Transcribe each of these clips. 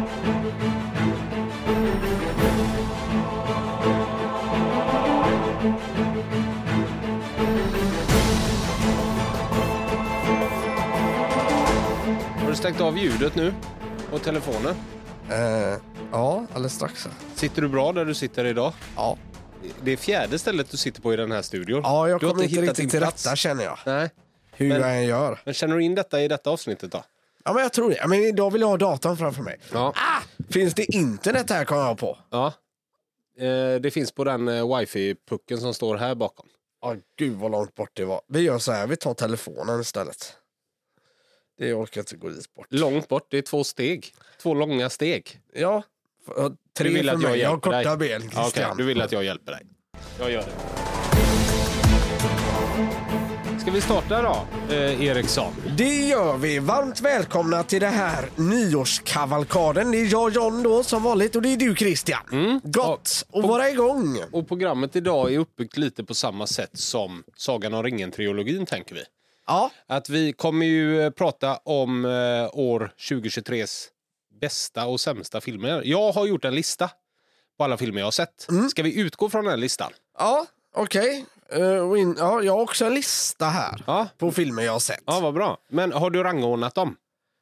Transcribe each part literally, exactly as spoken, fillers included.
Har du stängt av ljudet nu? Och telefonen? Uh, ja, alldeles strax. Sitter du bra där du sitter idag? Ja. Det är fjärde stället du sitter på i den här studion. Ja, jag du kommer inte inte riktigt till plats. rätta, känner jag. Nej. Hur men, jag än gör. Men känner du in detta i detta avsnittet då? Ja, men jag tror det. Ja, men idag vill jag ha datorn framför mig. Ja. Ah, finns det internet här, kommer jag på? Ja. Eh, det finns på den eh, wifi-pucken som står här bakom. Ja, oh, gud vad långt bort det var. Vi gör så här, vi tar telefonen istället. Det orkar inte gå dit bort. Långt bort, det är två steg. Två långa steg. Ja, tre du vill för att mig. Jag, jag har korta dig. ben, Christian. Ja, okay. Du vill att jag hjälper dig. Jag gör det. Ska vi starta då, eh, Eriksson? Det gör vi. Varmt välkomna till det här nyårskavalkaden. Det är jag, John, då, som vanligt. Och det är du, Christian. Mm. Gott och, att vara igång. Och programmet idag är uppbyggt lite på samma sätt som Sagan om ringen-trilogin, tänker vi. Ja. Att vi kommer ju prata om eh, år tjugohundratjugotres bästa och sämsta filmer. Jag har gjort en lista på alla filmer jag har sett. Mm. Ska vi utgå från den här listan? Ja, okej. Okay. Uh, ja, jag har också en lista här ja. på filmer jag har sett. Ja, vad bra. Men har du rangordnat dem?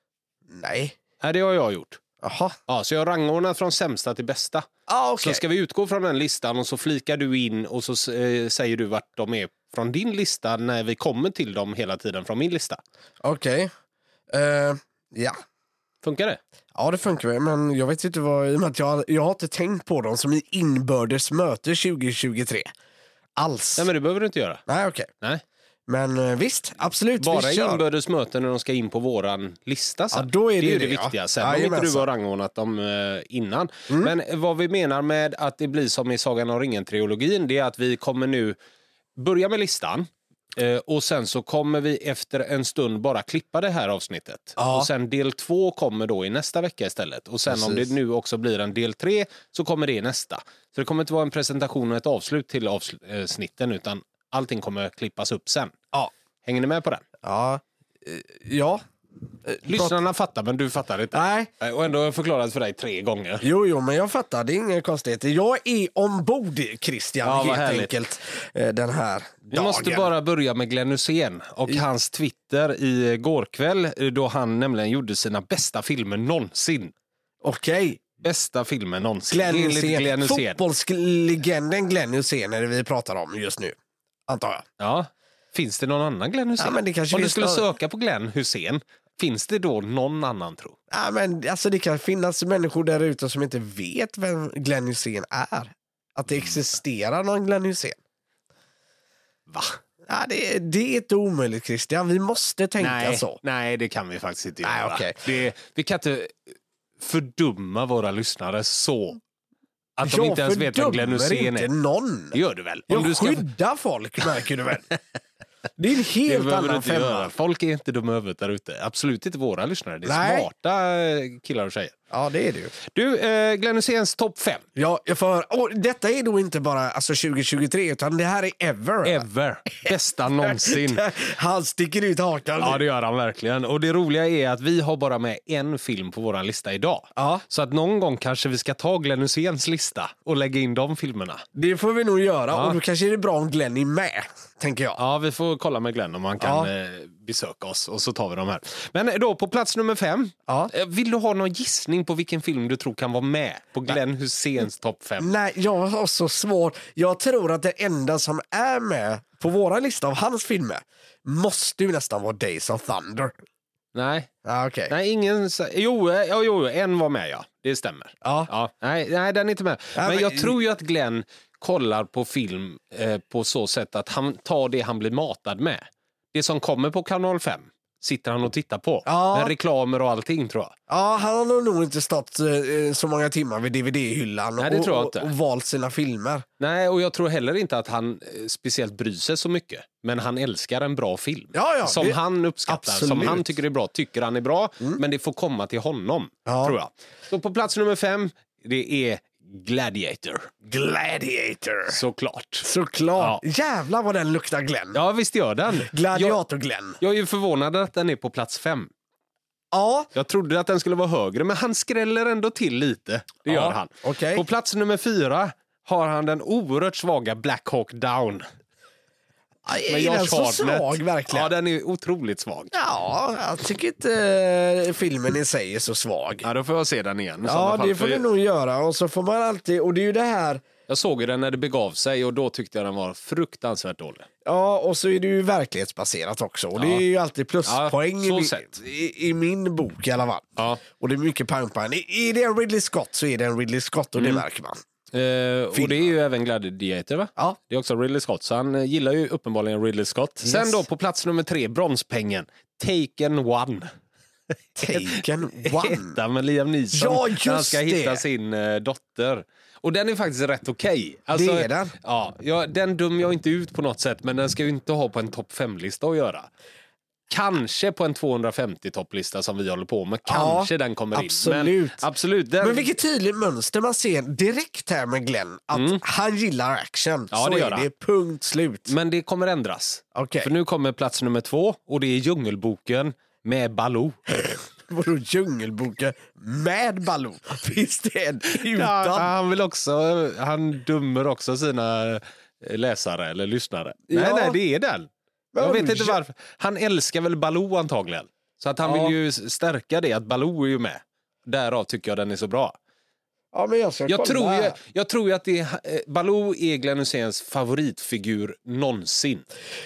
Nej. Nej, det har jag gjort. Jaha. Ja, så jag har rangordnat från sämsta till bästa. Ah, okay. Så ska vi utgå från den listan och så flikar du in och så eh, säger du vart de är från din lista när vi kommer till dem hela tiden från min lista. Okej. Okay. Uh, ja. Funkar det? Ja, det funkar, men jag vet inte vad, i och med att jag, jag har inte tänkt på dem som i inbördes möte tjugohundratjugotre. Alls. Nej, men det behöver du inte göra. Nej, okej. Okay. Nej. Men visst, absolut. Bara inbördes möten när de ska in på våran lista sen. Ja, då är det, det är det, det viktiga. Ja. Sen ja, om inte du har rangordnat dem eh, innan. Mm. Men vad vi menar med att det blir som i Sagan om ringen-trilogin, det är att vi kommer nu börja med listan. Eh, och sen så kommer vi efter en stund bara klippa det här avsnittet. Ja. Och sen del två kommer då i nästa vecka istället. Och sen Precis. Om det nu också blir en del tre så kommer det i nästa. Så det kommer inte vara en presentation och ett avslut till avsnitten utan allting kommer klippas upp sen. Ja. Hänger ni med på den? Ja. Ja. Lyssnarna fattar, men du fattar inte. Nej. Och ändå har jag förklarat för dig tre gånger. Jo, jo, men jag fattar. Det är ingen konstighet. Jag är ombord, Christian, ja, helt härligt. enkelt. Den här Vi dagen. måste bara börja med Glenn Hysén och I... hans Twitter i går kväll, då han nämligen gjorde sina bästa filmer någonsin. Okej. Okay. Bästa filmer någonsin. Glenn Hysén. Glenn Hysén. Fotbollslegenden Glenn Hysén är det vi pratar om just nu, antar jag. Ja. Finns det någon annan Glenn Hysén? Ja, men det kanske om du skulle stå... söka på Glenn Hysén, finns det då någon annan, tro? Ja, men alltså det kan finnas människor där ute som inte vet vem Glenn Hysén är. Att det existerar någon Glenn Hysén. Va? Ja, det, det är inte omöjligt, Christian. Vi måste tänka nej, så. Nej, det kan vi faktiskt inte nej, göra. Okay. Det, vi kan inte fördumma våra lyssnare så att de jag inte ens vet vem Glenn Hysén är. Inte någon. Det gör du väl? Om jag du ska... skyddar folk, märker du väl? Det är en helt annan femma. Folk är inte dumma övrigt där ute. Absolut inte våra lyssnare. Det är Nej. smarta killar och tjejer. Ja, det är det ju. Du, eh, Glenn Hyséns topp fem. Ja, för och detta är då inte bara alltså tjugohundratjugotre, utan det här är ever. Ever. Bästa någonsin. Han sticker ut hakan. Ja, det gör han verkligen. Och det roliga är att vi har bara med en film på våran lista idag. Ja. Så att någon gång kanske vi ska ta Glenn Hyséns lista och lägga in de filmerna. Det får vi nog göra. Ja. Och då kanske är det bra om Glenn är med, tänker jag. Ja, vi får kolla med Glenn om han kan ja. eh, besöka oss. Och så tar vi de här. Men då på plats nummer fem. Ja. Vill du ha någon gissning på vilken film du tror kan vara med på Glenn Hyséns topp fem? Nej, jag har så svårt. Jag tror att det enda som är med på våra lista av hans filmer måste ju nästan vara Days of Thunder. Nej. Ah, okay. Nej, ingen... Jo, jo, jo, en var med, ja. Det stämmer. Ja. Ja. Nej, nej, den är inte med. Ja, men, men jag tror ju att Glenn kollar på film eh, på så sätt att han tar det han blir matad med. Det som kommer på kanal fem sitter han och tittar på. Ja. Med reklamer och allting, tror jag. Ja, han har nog inte stått eh, så många timmar vid D V D-hyllan Nej, det och, tror jag inte. och, och valt sina filmer. Nej, och jag tror heller inte att han eh, speciellt bryr sig så mycket. Men han älskar en bra film. Ja, ja, som det... han uppskattar, Absolut. som han tycker är bra. Tycker han är bra, mm. men det får komma till honom, ja. tror jag. Så på plats nummer fem, det är Gladiator. Gladiator. Såklart. Såklart. Ja. Jävlar vad den luktar Glenn. Ja, visst gör den. Gladiator Glenn. Jag, jag är ju förvånad att den är på plats fem. Ja. Jag trodde att den skulle vara högre, men han skräller ändå till lite. Det Ja, gör han. okej. På plats nummer fyra har han den oerhört svaga Black Hawk Down. Är Josh den så Hartnett. svag verkligen? Ja, den är otroligt svag. Ja, jag tycker inte eh, filmen i sig är så svag. Ja, då får jag se den igen. i Ja, sådana fall, det får för du nog göra. Och så får man alltid, och det är ju det här, Jag såg ju den när det begav sig och då tyckte jag den var fruktansvärt dålig. ja, och så är det ju verklighetsbaserat också. Och det Ja. är ju alltid pluspoäng Ja, så i, sett. i, i min bok i alla fall. Ja. Och det är mycket pang-pang. Är det en Ridley Scott så är det en Ridley Scott och det märker man. Eh, och det är ju även Gladiator, va? Ja. Det är också Ridley Scott, så han eh, gillar ju uppenbarligen Ridley Scott. Yes. Sen då på plats nummer tre, bronspengen, Taken One. Taken One. Etta med Liam Neeson. Ja, när han ska just hitta det. sin eh, dotter. Och den är faktiskt rätt okej. Alltså, Det är den. Ja, ja, den dömer jag inte ut på något sätt, men den ska ju inte ha på en topp fem-lista att göra. Kanske på en tvåhundrafemtio-topplista som vi håller på med. Kanske Ja, den kommer absolut. in. Men, absolut. Den... Men vilket tydligt mönster man ser direkt här med Glenn. Att han gillar action. Ja, så det gör är han. det punkt slut. Men det kommer ändras. Okej. För nu kommer plats nummer två och det är Djungelboken med Baloo. Vadå Djungelboken med Baloo? Finns det en utan? Ja, han vill också, han dömer också sina läsare eller lyssnare. Ja. Nej, nej, det är den. Men Jag vet vadå, inte Djung- varför. Han älskar väl Baloo antagligen. Så att han Ja. vill ju stärka det, att Baloo är ju med. Därav tycker jag den är så bra. Ja, men jag ska Jag kolla. tror, ju, jag tror ju att det är, eh, Baloo är Glenn Hyséns favoritfigur någonsin.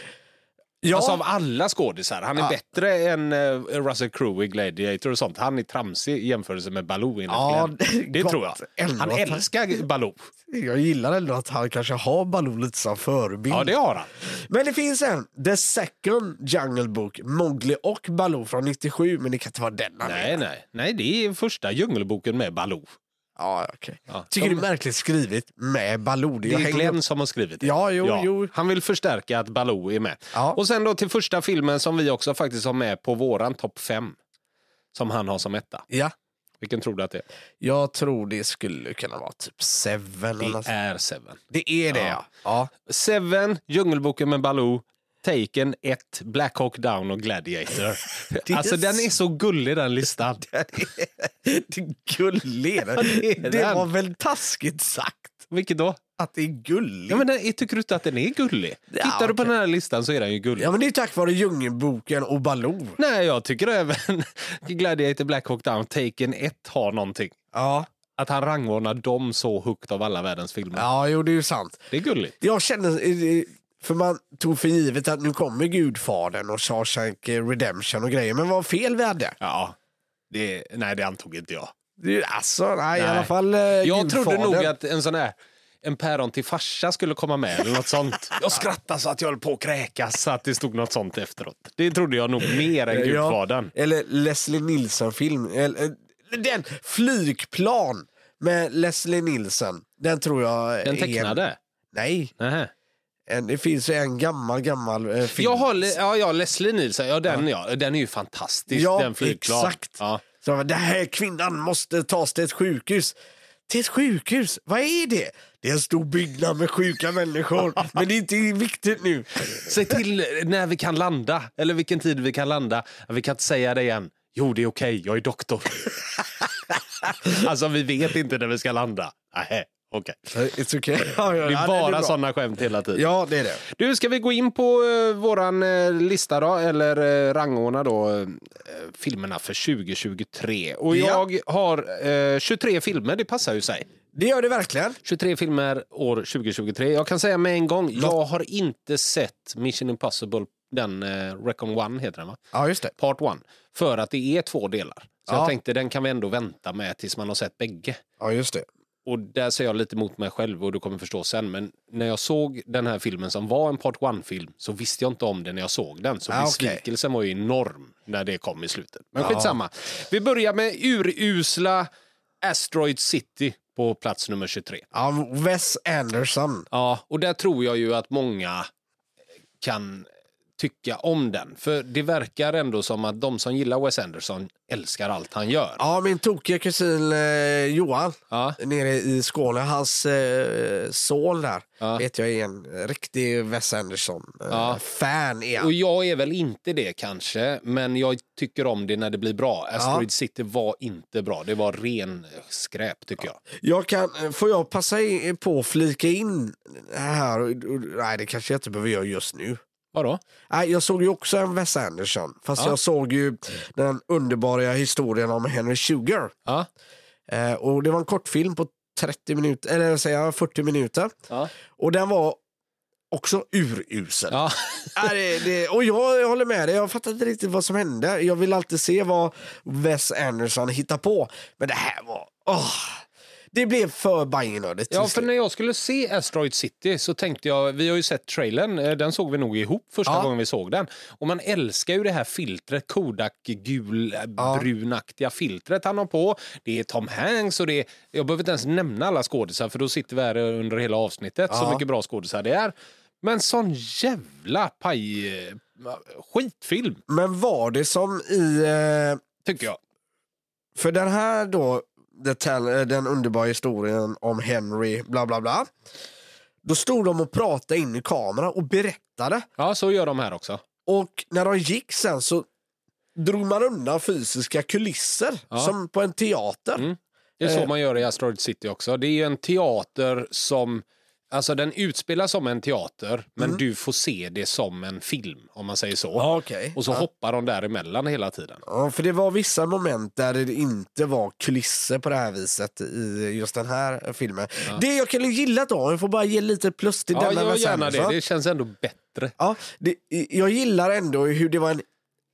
Ja, Alltså av alla skådisar. Han är bättre än uh, Russell Crowe i Gladiator och sånt. Han är tramsig i jämförelse med Baloo enligt Ja, Glenn. det är Det gott. tror jag. Ändå Han att han- älskar Baloo. jag gillar ändå att han kanske har Baloo lite som förebild. Ja, det har han. Men det finns en, The Second Jungle Book, Mowgli och Baloo från nittiosju, men det kan inte vara denna. Nej, nej. Nej, det är första Djungelboken med Baloo. Ja, okej. Ja, Tycker de- det är märkligt skrivit med Baloo. Det Jag är hänger Glenn upp- som har skrivit det. Ja, jo, jo. Han vill förstärka att Baloo är med. Ja. Och sen då till första filmen som vi också faktiskt har med på våran topp fem. Som han har som etta. Ja, Vilken tror du att det är? jag tror det skulle kunna vara typ Seven. eller något. Det är Seven. Det är det, ja. Ja. ja. Seven, Djungelboken med Baloo, Taken, ett, Black Hawk Down och Gladiator. Det är Alltså den är så gullig den listan. Det är gulligt. det är Det den. var väl taskigt sagt Vilket då? att det är gulligt. Ja, men den, tycker du inte att den är gullig? Ja, Tittar du på okej. den här listan så är den ju gullig. Ja, men det är tack vare Djungelboken och Baloo. Nej, jag tycker även Gladiator, Black Hawk Down, Taken ett har någonting. Ja, Att han rangordnar dem så högt av alla världens filmer. ja jo, det är ju sant. Det är gulligt. Jag känner, eh, för man tog för givet att nu kommer Gudfadern och Shawshank Redemption och grejer, men vad fel vi hade. Ja, det, nej det antog inte jag. Det är- Alltså, nej, i Nej. alla fall eh, Jag trodde Gudfadern. nog att en sån här en päron till farsa skulle komma med eller något sånt. Jag skrattade så att jag höll på att kräkas så att det stod något sånt efteråt. Det trodde jag nog mer än Gudfadern. Ja, eller Leslie Nielsen-film. Eller, eh, den, Flygplan med Leslie Nielsen. Den tror jag Den är tecknade? En, nej, Nähä. en, det finns ju en gammal, gammal eh, film. Jag håller, ja, ja, Leslie Nielsen, ja, den, ja. den är ju fantastisk. Ja, den flygplan. exakt. Ja. Så, den här kvinnan måste tas till ett sjukhus. Till ett sjukhus? Vad är det? Det är en stor byggnad med sjuka människor. Men det är inte viktigt nu. Säg till när vi kan landa, eller vilken tid vi kan landa. Vi kan inte säga det igen. Jo, det är okej, jag är doktor. Alltså, vi vet inte när vi ska landa. Nej, okej. It's okay. Ja, ja, Det ja, är bara bra. sådana skämt hela tiden. Ja, det är det. Du, ska vi gå in på uh, våran uh, lista då, eller uh, rangordna då uh, filmerna för tjugo tjugotre. Och Ja. jag har uh, tjugotre filmer, det passar ju sig. Det gör det verkligen. tjugotre filmer år tjugo tjugotre. Jag kan säga med en gång, jag har inte sett Mission Impossible, den uh, Recon One heter den, va? Ja, just det. Part One. För att det är två delar. Så Ja. jag tänkte den kan vi ändå vänta med tills man har sett bägge. Ja, just det. Och där ser jag lite mot mig själv och du kommer förstå sen. Men när jag såg den här filmen som var en Part One-film så visste jag inte om det när jag såg den. Så Ah, okej. besvikelsen var ju enorm när det kom i slutet. Men Ja. skitsamma. Vi börjar med urusla Asteroid City på plats nummer tjugotre. Ja, Wes Anderson. Ja, och där tror jag ju att många kan tycka om den. För det verkar ändå som att de som gillar Wes Anderson älskar allt han gör. Ja, min tokiga kusin eh, Johan Ja. nere i Skåne, hans eh, son där, Ja. vet jag är en riktig Wes Anderson-fan. Ja. Eh, Och jag är väl inte det kanske, men jag tycker om det när det blir bra. Asteroid Ja. City var inte bra. Det var ren skräp tycker jag. Jag kan, får jag passa in, på att flika in här? Nej, det kanske jag inte behöver göra just nu. Vadå? Nej, jag såg ju också en Wes Anderson, fast Ja. jag såg ju den underbara historien om Henry Sugar. Ja. Eh, och det var en kortfilm på trettio minuter, eller säger jag fyrtio minuter. Ja. Och den var också urusel. Ja. Ja, det, det, och jag, jag håller med dig, jag fattar inte riktigt vad som hände. Jag vill alltid se vad Wes Anderson hittar på. Men det här var... Åh, det blev för bajenördigt. Ja, för när jag skulle se Asteroid City så tänkte jag, vi har ju sett trailern, eh, den såg vi nog ihop första Ja. gången vi såg den. Och man älskar ju det här filtret, Kodak-gul, Ja. brunaktiga filtret han har på. Det är Tom Hanks och det är, jag behöver inte ens nämna alla skådisar för då sitter vi här under hela avsnittet, Ja. så mycket bra skådisar det är. Men sån jävla paj, eh, skitfilm, Men var det som i... Eh, tycker jag. för den här då, the tal- den underbara historien om Henry, bla bla bla. Då stod de och pratade in i kameran och berättade. Ja, så gör de här också. Och när de gick sen så drog man undan fysiska kulisser, Ja. som på en teater. Mm. Det är så Eh. man gör i Asteroid City också. Det är ju en teater som... Alltså den utspelas som en teater, men Mm. du får se det som en film, om man säger så. Ja, okej. Och så ja. hoppar de däremellan hela tiden. Ja, för det var vissa moment där det inte var kulisser på det här viset i just den här filmen. Ja. Det jag kan gilla då, jag får bara ge lite plus till Ja, denna jag Wes gärna det. Anderson. Det känns ändå bättre. Ja, det, jag gillar ändå hur det var en,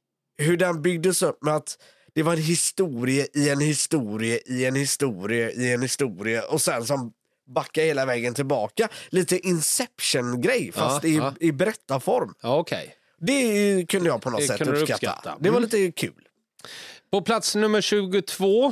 hur den byggdes upp med att det var en historia i en historia i en historia i en historia och sen som backa hela vägen tillbaka. Lite Inception-grej fast Ja, i, ja. i berättarform. Ja, okej. Det kunde jag på något Det sätt kunde du uppskatta. uppskatta. Det var Mm. lite kul. På plats nummer tjugotvå.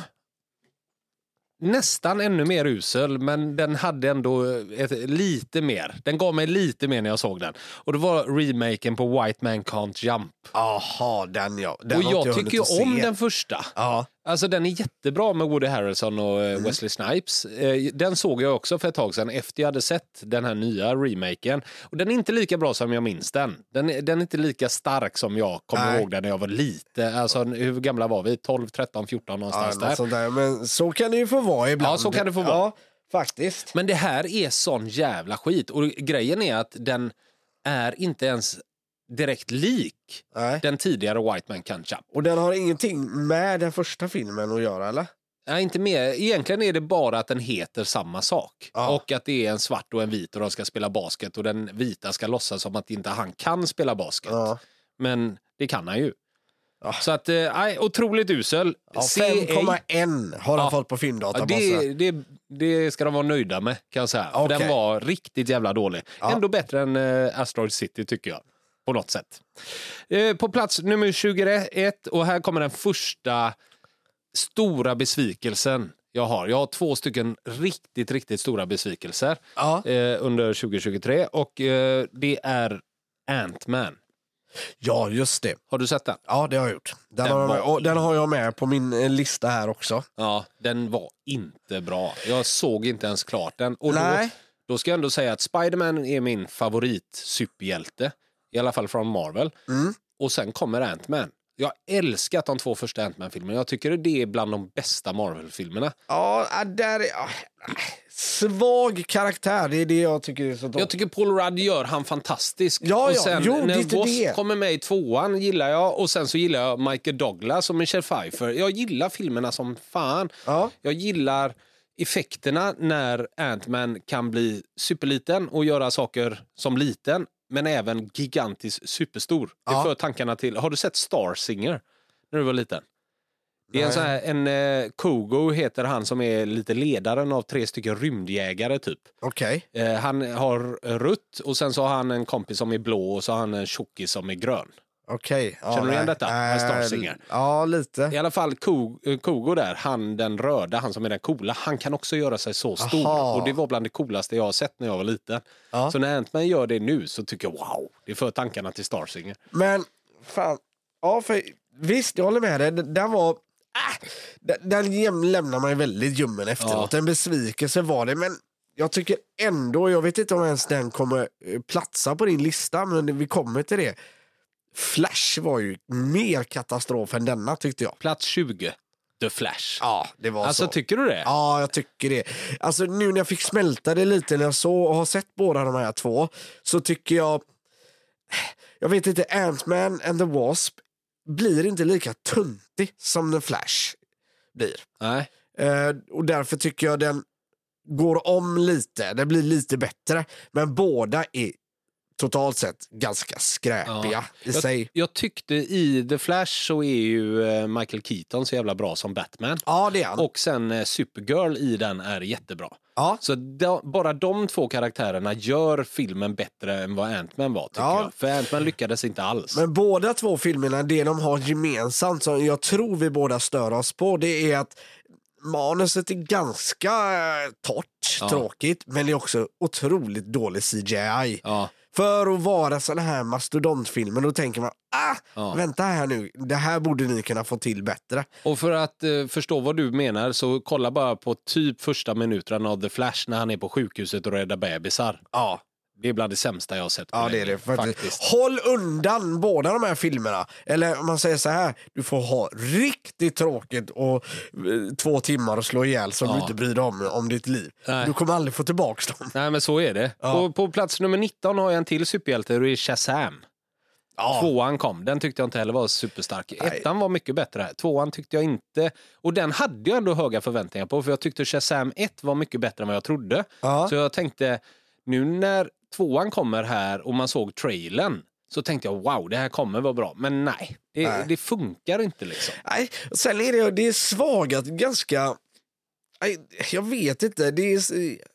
Nästan ännu mer usel, men den hade ändå ett, lite mer. Den gav mig lite mer när jag såg den. Och det var remaken på White Man Can't Jump. Aha, den ja. Den Och har inte jag hunnit tycker ju att om se. den första. Ja. Alltså den är jättebra med Woody Harrelson och eh, Mm. Wesley Snipes. Eh, Den såg jag också för ett tag sedan efter jag hade sett den här nya remaken. Och den är inte lika bra som jag minns den. Den är, den är inte lika stark som jag kommer Nej. ihåg den när jag var lite. Alltså hur gamla var vi? tolv, tretton, fjorton Ja, någonstans något där. sånt där. Men så kan det ju få vara ibland. Ja, så kan det få vara. Ja, faktiskt. Men det här är sån jävla skit. Och grejen är att den är inte ens direkt lik Nej. den tidigare White Man Can't Jump. Och den har ingenting med den första filmen att göra, eller? Nej, inte mer. Egentligen är det bara att den heter samma sak. Ja. Och att det är en svart och en vit och de ska spela basket och den vita ska låtsas som att inte han kan spela basket. Ja. Men det kan han ju. Ja. Så att, nej, otroligt usel. Ja, Se fem ej. komma ett har han Ja. fått på filmdata. Ja, det, det, det ska de vara nöjda med, kan jag säga. För Okej. den var riktigt jävla dålig. Ja. Ändå bättre än uh, Asteroid City, tycker jag. På något sätt. Eh, på plats nummer tjugoett, och här kommer den första stora besvikelsen jag har. Jag har två stycken riktigt, riktigt stora besvikelser Ja. eh, under tjugo tjugotre. Och eh, det är Ant-Man. ja, just det. Har du sett den? Ja, det har jag gjort. Den, Den har, jag var- med, och den har jag med på min eh, lista här också. Ja, den var inte bra. Jag såg inte ens klart den. Och då, Nej. då ska jag ändå säga att Spider-Man är min favorit superhjälte. I alla fall från Marvel. Mm. Och sen kommer Ant-Man. Jag älskar de två första Ant-Man-filmerna. Jag tycker det är bland de bästa Marvel-filmerna. Ja, äh, där är... ja, svag karaktär, det är det jag tycker är så dåligt. Jag tycker Paul Rudd gör han fantastisk. Ja, och ja. sen Jo, det är när inte Wasp det. kommer med i tvåan gillar jag. Och sen så gillar jag Michael Douglas och Michelle Pfeiffer. Jag gillar filmerna som fan. Ja. Jag gillar effekterna när Ant-Man kan bli superliten och göra saker som liten, men även gigantiskt superstor. Det Ja. för tankarna till... Har du sett Star Singer när du var liten? Det är en Nej. sån här, en eh, Kogo heter han som är lite ledaren av tre stycken rymdjägare typ. Okej. Eh, han har rött och sen så har han en kompis som är blå och så har han en tjockis som är grön. Okej. Okay. Känner ja, du igen nej. detta? Med Starsinger. Ja, lite. I alla fall Kogo där, han den röda, han som är den coola, han kan också göra sig så stor. Aha. Och det var bland det coolaste jag har sett när jag var liten. Ja. Så när Ant-Man gör det nu så tycker jag wow, det för tankarna till Starsinger. Men fan, ja för visst, jag håller med dig. Den var, äh, den, den lämnar mig väldigt ljummen efteråt. Ja. En besvikelse var det, men jag tycker ändå, jag vet inte om ens den kommer platsa på din lista, men vi kommer till det. Flash var ju mer katastrof än denna tyckte jag. Plats tjugo, The Flash. Ja, det var alltså, så. Tycker du det? Ja, jag tycker det. Alltså nu när jag fick smälta det lite när jag så och har sett båda de här två, så tycker jag, jag vet inte, Ant-Man and the Wasp blir inte lika tuntig som The Flash blir. Nej. Uh, och därför tycker jag den går om lite, det blir lite bättre, men båda är totalt sett ganska skräpiga ja. i jag, sig. Jag tyckte i The Flash så är ju Michael Keaton så jävla bra som Batman. Ja, det är han. Och sen Supergirl i den är jättebra. Ja. Så de, bara de två karaktärerna gör filmen bättre än vad Ant-Man var tycker ja. jag. För Ant-Man lyckades inte alls. Men båda två filmerna, det de har gemensamt som jag tror vi båda stör oss på, det är att manuset är ganska torrt, ja. tråkigt, men det är också otroligt dålig C G I. Ja. För att vara såna här mastodontfilmer, då tänker man, ah, ja. vänta här nu, det här borde ni kunna få till bättre. Och för att eh, förstå vad du menar så kolla bara på typ första minuterna av The Flash när han är på sjukhuset och räddar bebisar. Ja. Det är bland det sämsta jag har sett på ja, länge, det är det, faktiskt. Håll undan båda de här filmerna. Eller om man säger så här, du får ha riktigt tråkigt och eh, två timmar och slå ihjäl som ja. du inte bryr dig om, om ditt liv. Nej. Du kommer aldrig få tillbaka dem. Nej, men så är det. Ja. På, på plats nummer nitton har jag en till superhjälte och det är Shazam. Ja. Tvåan kom, den tyckte jag inte heller var superstark. Nej. Ettan var mycket bättre. Tvåan tyckte jag inte, och den hade jag ändå höga förväntningar på, för jag tyckte Shazam ett var mycket bättre än vad jag trodde. Ja. Så jag tänkte, nu när tvåan kommer här och man såg trailern så tänkte jag, wow, det här kommer vara bra. Men nej, det, nej. det funkar inte liksom. Nej, sen är det, det är svagat ganska, nej, jag vet inte, det är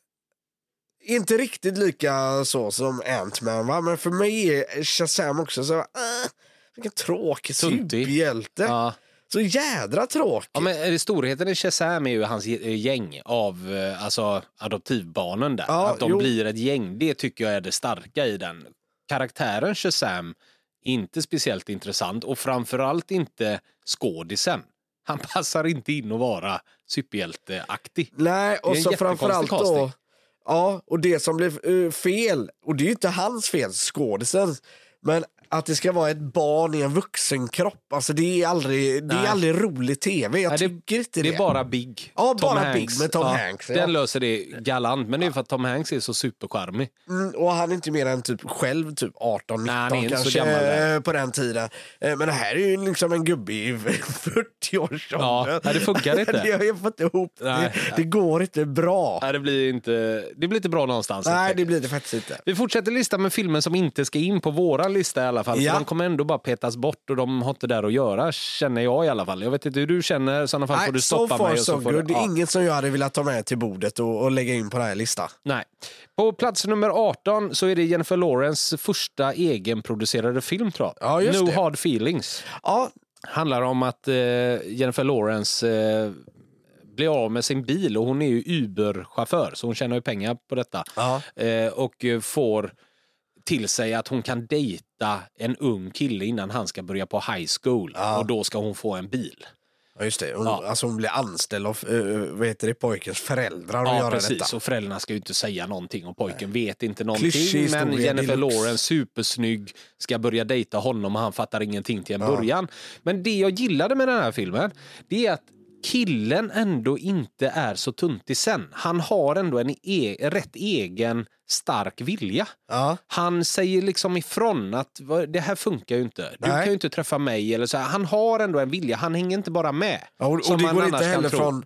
inte riktigt lika så som Ant-Man, va? Men för mig är Shazam också så, äh, vilken tråkig superhjälte. Ja. Så jädra tråkigt. Ja, men storheten i Shazam är ju hans gäng av alltså, adoptivbarnen där. Ja, att de jo. blir ett gäng, det tycker jag är det starka i den. Karaktären Shazam är inte speciellt intressant och framförallt inte skådisen. Han passar inte in att vara superhjälteaktig. Nej, och så framförallt då, ja, och det som blev uh, fel, och det är ju inte hans fel, skådisen, men att det ska vara ett barn i en vuxen kropp, alltså det är aldrig, det är aldrig rolig tv. Jag Nej, tycker inte det. Det är bara Big. Ja, Tom bara Hanks. Big med Tom ja, Hanks. Ja. Den löser det galant, men det är för att Tom Hanks är så supercharmig. Mm, och han är inte mer än typ själv typ arton nitton kanske gammal, på den tiden. Men det här är ju liksom en gubbe i fyrtio-årsåldern. Ja, det funkar inte. Jag har fått ihop. Det, det går inte bra. Nej, det blir inte, det blir inte bra någonstans. Nej, det blir det faktiskt inte. Vi fortsätter lista med filmen som inte ska in på våra lista i alla fall. Ja. För de kommer ändå bara petas bort och de har inte där att göra, känner jag i alla fall. Jag vet inte hur du känner, i sådana fall Nej, får du stoppa so mig. Och so så får du, du, det är ja. inget som jag hade velat ta med till bordet och, och lägga in på den här listan. Nej. På plats nummer arton så är det Jennifer Lawrence första egenproducerade film, tror jag. Ja, just No det. Hard Feelings. Ja. Handlar om att eh, Jennifer Lawrence eh, blir av med sin bil och hon är ju Uber-chaufför så hon tjänar ju pengar på detta. Ja. Eh, och får till sig att hon kan dejta en ung kille innan han ska börja på high school. Ja. Och då ska hon få en bil. Ja, just det. Hon, ja. Alltså hon blir anställd av uh, vad heter det, pojkens föräldrar och ja, göra precis. detta. Och föräldrarna ska ju inte säga någonting och pojken Nej. vet inte någonting. Klyschig Men Jennifer deluxe. Lawrence, supersnygg, ska börja dejta honom och han fattar ingenting till en ja. början. Men det jag gillade med den här filmen, det är att killen ändå inte är så tuntig sen. Han har ändå en e- rätt egen stark vilja. Ja. Han säger liksom ifrån att det här funkar ju inte. Du Nej. kan ju inte träffa mig eller så här. Han har ändå en vilja. Han hänger inte bara med. Ja, och, och det går inte heller från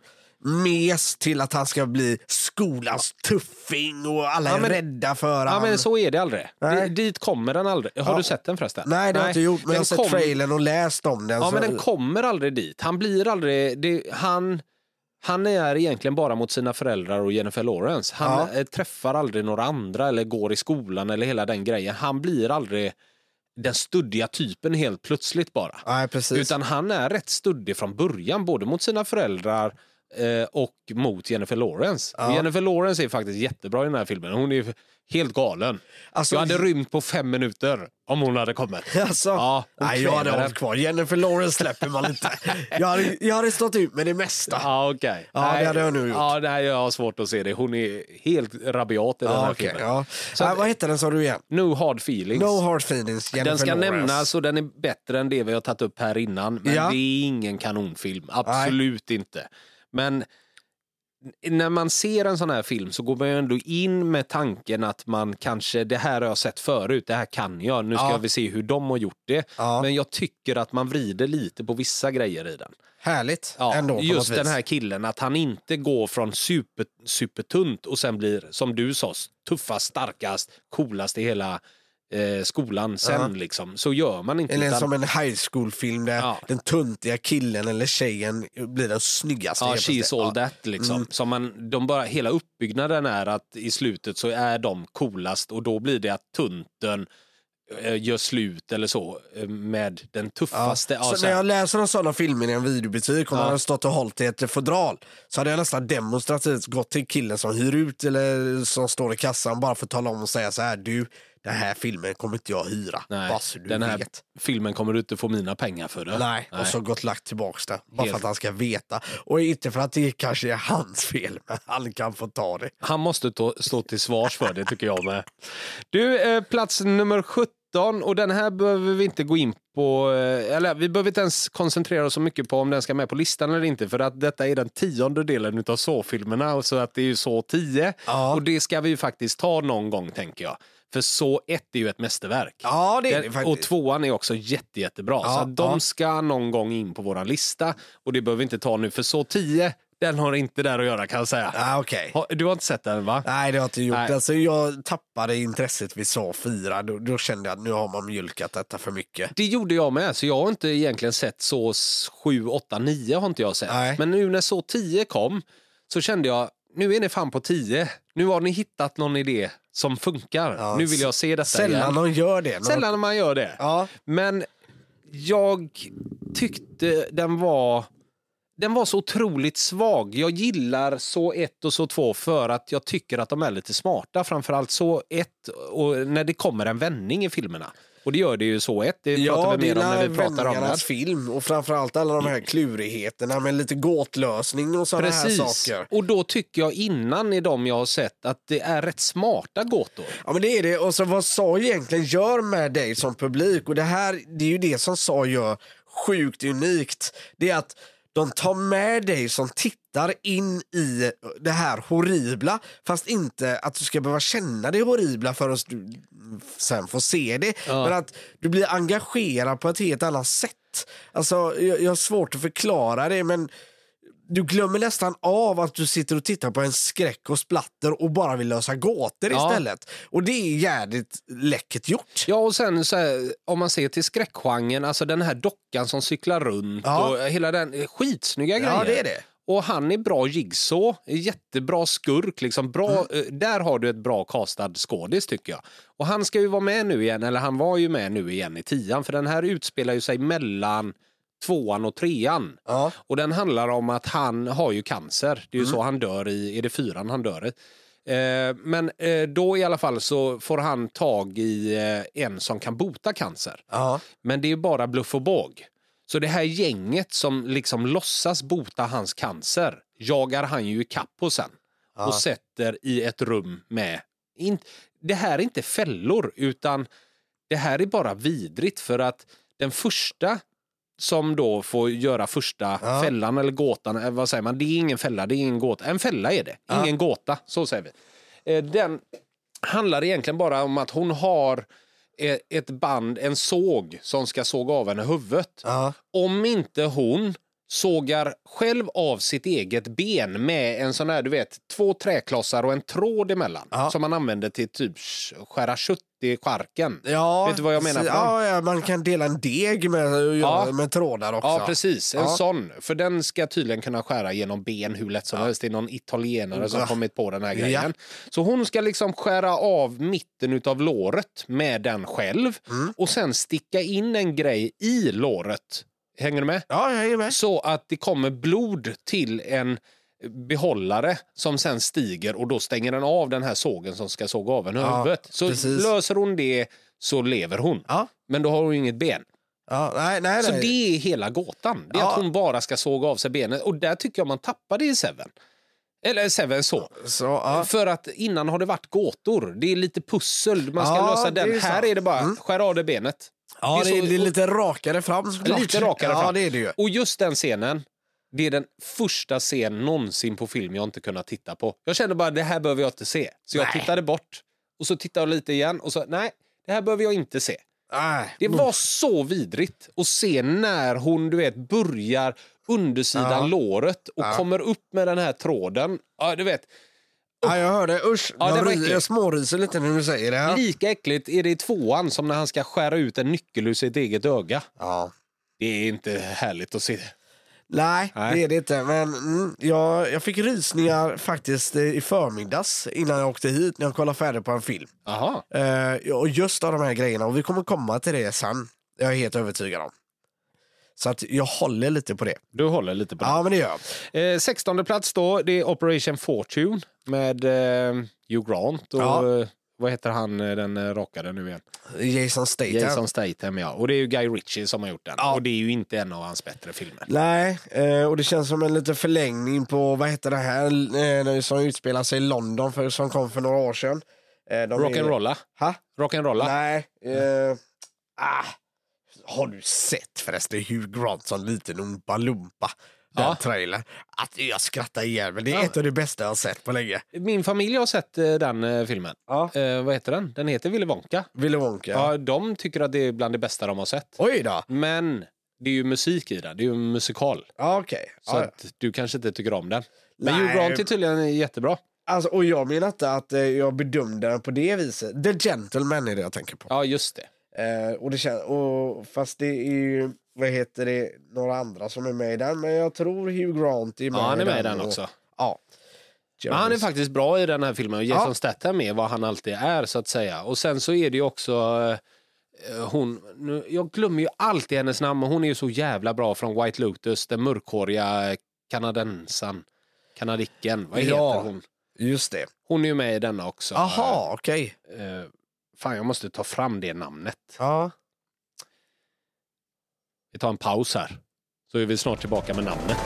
mes till att han ska bli skolans tuffing och alla ja, men, är rädda för ja, han. men så är det aldrig. Det, dit kommer den aldrig. Har ja. du sett den förresten? Nej, det har jag inte gjort, men den jag har sett kom... trailern och läst om den. Ja, så... men den kommer aldrig dit. Han blir aldrig... Det, han... Han är egentligen bara mot sina föräldrar och Jennifer Lawrence. Han ja. träffar aldrig några andra eller går i skolan eller hela den grejen. Han blir aldrig den studdiga typen helt plötsligt bara. Nej, precis. Utan han är rätt studdig från början, både mot sina föräldrar eh, och mot Jennifer Lawrence. Ja. Och Jennifer Lawrence är faktiskt jättebra i den här filmen. Hon är helt galen. Alltså, jag hade rymt på fem minuter om hon hade kommit. Alltså, Ja, hon nej, jag hade kräver hållit kvar. Jennifer Lawrence släpper man inte. jag, hade, jag hade stått ut med det mesta. Ja, okej. Okay. Ja, det hade jag nu gjort. Ja, nej, jag har svårt att se det. Hon är helt rabiat i den här okay, filmen. ja. Så äh, vad heter den, sa du igen? No Hard Feelings. No Hard Feelings, Jennifer Den ska Lawrence. nämnas och den är bättre än det vi har tagit upp här innan. Men Ja. det är ingen kanonfilm. Absolut nej. inte. Men när man ser en sån här film så går man ju ändå in med tanken att man kanske, det här har jag sett förut, det här kan jag, nu ska ja. vi se hur de har gjort det. Ja. Men jag tycker att man vrider lite på vissa grejer i den. Härligt. Ja, ändå, just den vis. här killen, att han inte går från super, supertunt och sen blir, som du sa, tuffast, starkast, coolast i hela eh, skolan sen Ja. liksom. Så gör man inte. Eller utan, som en high school-film där Ja. den tuntiga killen eller tjejen blir den snyggaste. ja, helt she's plötsligt. all Ja. that liksom. Mm. Som man, de bara, hela uppbyggnaden är att i slutet så är de coolast och då blir det att tunten eh, gör slut eller så eh, med den tuffaste. Ja. Ja, Så så när här. jag läser en sån film i en videobutik och Ja. man har stått och hållit i ett fodral så hade jag nästan demonstrativt gått till killen som hyr ut eller som står i kassan bara för att tala om och säga så här: du, den här filmen kommer inte jag hyra. Nej, bara så du den här vet. filmen kommer du inte få mina pengar för det. Nej. Nej. Och så gått lagt tillbaks det. Bara Helt. för att han ska veta. Och inte för att det kanske är hans fel, men han kan få ta det. Han måste ta, stå till svars för det tycker jag med. Du, eh, plats nummer sjutton och den här behöver vi inte gå in på, eh, eller vi behöver inte ens koncentrera oss så mycket på om den ska med på listan eller inte, för att detta är den tionde delen utav Så-filmerna och så att det är ju Så tio Ja. och det ska vi ju faktiskt ta någon gång tänker jag. För Så ett är ju ett mästerverk. Ja, det är det Den, faktiskt. och tvåan är också jätte, jättebra. Ja, så att de ja. ska någon gång in på våran lista och det behöver vi inte ta nu, för Så tio, den har inte där att göra kan jag säga. Ah, okej. Har- Du har inte sett den va? Nej, det har jag inte gjort. Nej. Alltså, jag tappade intresset vid Så fyra. Då, då kände jag att nu har man mjölkat detta för mycket. Det gjorde jag med, så jag har inte egentligen sett Så sju, åtta, nio har inte jag sett. Nej. Men nu när Så tio kom så kände jag, nu är ni fan på tio. Nu har ni hittat någon idé som funkar. Ja, nu vill jag se detta Sällan igen. någon gör det. Någon... Sällan man gör det. Ja. Men jag tyckte den var... Den var så otroligt svag. Jag gillar Så ett och Så två för att jag tycker att de är lite smarta. Framförallt Så ett och när det kommer en vändning i filmerna. Och det gör det ju Så ett. Det Ja, pratar vi mer om när vi pratar om vändningarnas det. film och framförallt alla de här klurigheterna med lite gåtlösning och sådana här Precis. saker. Och då tycker jag innan i dem jag har sett att det är rätt smarta gåtor. Ja, men det är det. Och så vad Saw egentligen gör med dig som publik, och det här, det är ju det som Saw gör sjukt unikt. Det är att de tar med dig som tittar in i det här horribla, fast inte att du ska behöva känna det horribla förrän du sen får se det. Ja. Men att du blir engagerad på ett helt annat sätt. Alltså, jag, jag har svårt att förklara det, men du glömmer nästan av att du sitter och tittar på en skräck och splatter och bara vill lösa gåtor Ja. istället. Och det är jävligt läckert gjort. Ja, och sen så här, om man ser till skräckgenren, alltså den här dockan som cyklar runt Ja. och hela den skitsnygga grejer. Ja, det är det. Och han är bra Jigsaw, jättebra skurk liksom, bra, Mm. eh, där har du ett bra castad skådis tycker jag. Och han ska ju vara med nu igen, eller han var ju med nu igen i tian, för den här utspelar ju sig mellan tvåan och trean. Ja. Och den handlar om att han har ju cancer. Det är ju så han dör i, är det fyran han dör i? Eh, men eh, då i alla fall så får han tag i eh, en som kan bota cancer. Ja. Men det är bara bluff och båg. Så det här gänget som liksom låtsas bota hans cancer jagar han ju i kapp på sen. Ja. Och sätter i ett rum med... In, det här är inte fällor utan det här är bara vidrigt för att den första som då får göra första Ja. fällan eller gåtan, eh, vad säger man? Det är ingen fälla, det är ingen gåta. En fälla är det, Ja. ingen gåta, så säger vi. Eh, Den handlar egentligen bara om att hon har eh, ett band, en såg som ska såga av henne huvudet. Ja. Om inte hon sågar själv av sitt eget ben med en sån här, du vet, två träklossar och en tråd emellan. Ja. Som man använder till typ skära kött i charken. Ja, Vet du vad jag menar? ja, ja, man kan dela en deg med, ja. med trådar också. Ja, precis. En ja. sån. För den ska tydligen kunna skära genom ben hur lätt som ja. helst. Det är någon italienare som ja. kommit på den här grejen. Ja. Så hon ska liksom skära av mitten utav låret med den själv. Mm. Och sen sticka in en grej i låret. Hänger du med? Ja, jag hänger med. Så att det kommer blod till en behållare som sen stiger och då stänger den av den här sågen som ska såga av en ja, huvudet. Så precis. Löser hon det så lever hon. Ja. Men då har hon inget ben. Ja, nej, nej, så nej. det är hela gåtan. Det är ja. att hon bara ska såga av sig benet. Och där tycker jag man tappar det i Seven. Eller Seven så. så ja. För att innan har det varit gåtor. Det är lite pussel. Man ska ja, lösa den. Är här är det bara mm. skär av det benet. Ja, det är, så, det är lite rakare fram såklart. Lite rakare ja, fram. Det är det ju. Och just den scenen, det är den första scen någonsin på film jag inte kunnat titta på. Jag kände bara, det här behöver jag inte se. Så jag nej. tittade bort. Och så tittade jag lite igen. Och så, nej, det här behöver jag inte se. Nej. Det var så vidrigt att se när hon, du vet, börjar undersidan ja. låret och ja. kommer upp med den här tråden. Ja, du vet. Ja, jag hörde. Usch, ja, jag, jag småryser lite när du säger det här. Lika äckligt är det i tvåan som när han ska skära ut en nyckel ur sitt eget öga. Ja. Det är inte härligt att se. Nej, Nej. det är det inte. Men mm, jag, jag fick rysningar faktiskt i förmiddags innan jag åkte hit när jag kollade färdigt på en film. Aha. Uh, och just av de här grejerna. Och vi kommer komma till det sen. Jag är helt övertygad om. Så att jag håller lite på det. Du håller lite på det? Ja, men det gör jag. Eh, sextonde plats då, det är Operation Fortune med eh, Hugh Grant och ja. eh, vad heter han, den rakade nu igen? Jason Statham. Jason Statham, ja. Och det är ju Guy Ritchie som har gjort den. Ja. Och det är ju inte en av hans bättre filmer. Nej, eh, och det känns som en liten förlängning på, vad heter det här, eh, som utspelar sig i London, för, som kom för några år sedan. Eh, Rock'n'Rolla? Ha? Rock'n'Rolla? Nej. Eh, ah. Har du sett förresten Hugh Grant som liten umpa lumpa? Den ja. trailer. Att jag skrattar igen, men det är ja. ett av de bästa jag har sett på länge. Min familj har sett uh, den uh, filmen. Ja. Uh, vad heter den? Den heter Willy Wonka. Willy Wonka. Ja, de tycker att det är bland det bästa de har sett. Oj då. Men det är ju musik i det. Det är ju en musikal. Ja, okej. Okay. Så ja. att du kanske inte tycker om den. Men Hugh Grant är tydligen jättebra. Alltså, och jag menar inte att uh, jag bedömde den på det viset. The Gentleman är det jag tänker på. Ja, just det. Uh, och det känns, och fast det är ju, vad heter det, några andra som är med i den, men jag tror Hugh Grant är med, ja, han är med i den, den och, också. Ja. Men han är faktiskt bra i den här filmen och Jason ja. Statham är vad han alltid är, så att säga. Och sen så är det ju också uh, hon, nu, jag glömmer ju alltid hennes namn, men hon är ju så jävla bra från White Lotus, den mörkhåriga kanadensan, kanadicken, vad heter ja, hon? Just det. Hon är ju med i denna också. Aha, okej. Okay. Uh, Fan, jag måste ta fram det namnet. Ja. Vi tar en paus här. Så är vi snart tillbaka med namnet.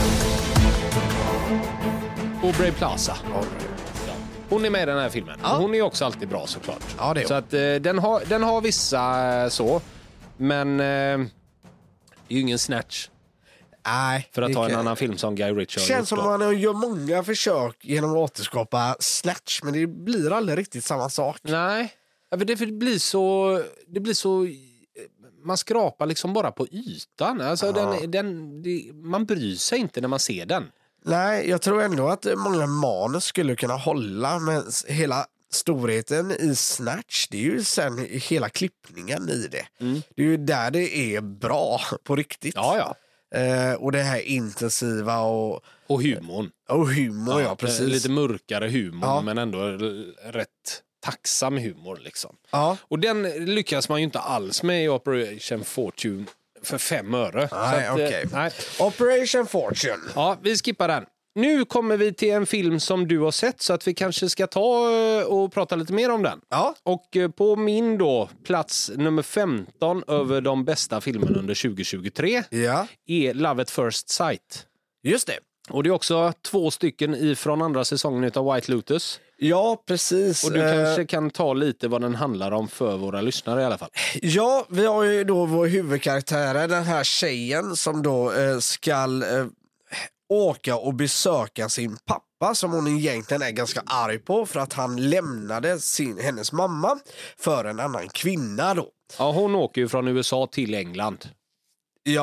Aubrey Plaza. Ja. Hon är med i den här filmen. Ja. Hon är också alltid bra, såklart. Ja, det är så att, eh, den, har, den har vissa eh, så. Men eh, det är ju ingen Snatch. Nej. För att ta en kan... annan film som Guy Ritchie har känns gjort som att man gör många försök genom att återskapa Snatch. Men det blir aldrig riktigt samma sak. Nej. Ja, för det, för det blir så... Det blir så... Man skrapar liksom bara på ytan. Alltså den, den, det, man bryr sig inte när man ser den. Nej, jag tror ändå att många manus skulle kunna hålla, med hela storheten i Snatch, det är ju sen hela klippningen i det. Mm. Det är ju där det är bra på riktigt. Ja, ja. Eh, och det här intensiva och... Och humorn. Och humor, ja, ja precis. Lite mörkare humor, ja. Men ändå rätt... tacksam humor liksom. Ja. Och den lyckas man ju inte alls med i Operation Fortune för fem öre. Nej, okej. Okay. Nej. Operation Fortune. Ja, vi skippar den. Nu kommer vi till en film som du har sett, så att vi kanske ska ta och prata lite mer om den. Ja. Och på min då plats nummer femton över de bästa filmerna under tjugo tjugotre ja. är Love at First Sight. Just det. Och det är också två stycken ifrån andra säsongen av White Lotus. Ja, precis. Och du kanske kan ta lite vad den handlar om för våra lyssnare i alla fall. Ja, vi har ju då vår huvudkaraktär, den här tjejen som då eh, ska eh, åka och besöka sin pappa, som hon egentligen är ganska arg på för att han lämnade sin, hennes mamma för en annan kvinna då. Ja, hon åker ju från U S A till England. Ja.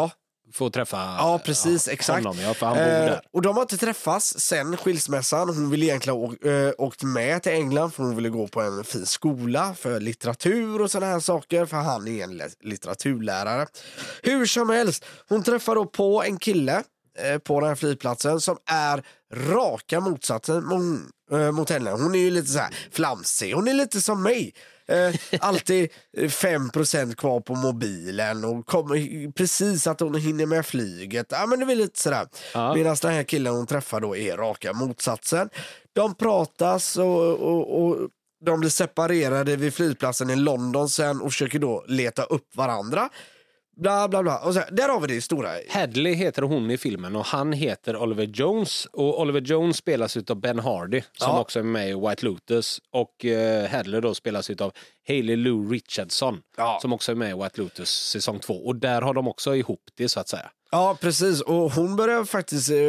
får träffa Ja, precis, ja, exakt. honom. Ja, för han bor där. Eh, och de har inte träffats sen skilsmässan. Hon ville egentligen ha å- äh, åkt med till England för hon ville gå på en fin skola för litteratur och såna här saker, för han är en le- litteraturlärare. Hur som helst, hon träffar då på en kille eh, på den här flygplatsen som är raka motsatsen mot, äh, mot henne. Hon är ju lite så här flamsig. Hon är lite som mig. Eh, alltid fem procent kvar på mobilen och kommer precis att hon hinner med flyget. Ja, men det är lite sådär. Ja. Medan den här killen hon träffar då är raka motsatsen. De pratas och, och, och de blir separerade vid flygplatsen i London sen och försöker då leta upp varandra. Bla bla bla. Och så, där har vi det stora. Hadley heter hon i filmen och han heter Oliver Jones. Och Oliver Jones spelas av Ben Hardy som Ja. också är med i White Lotus. Och eh, Hadley då spelas av Hayley Lou Richardson Ja. som också är med i White Lotus säsong två. Och där har de också ihop det så att säga. Ja, precis. Och hon börjar faktiskt... Eh,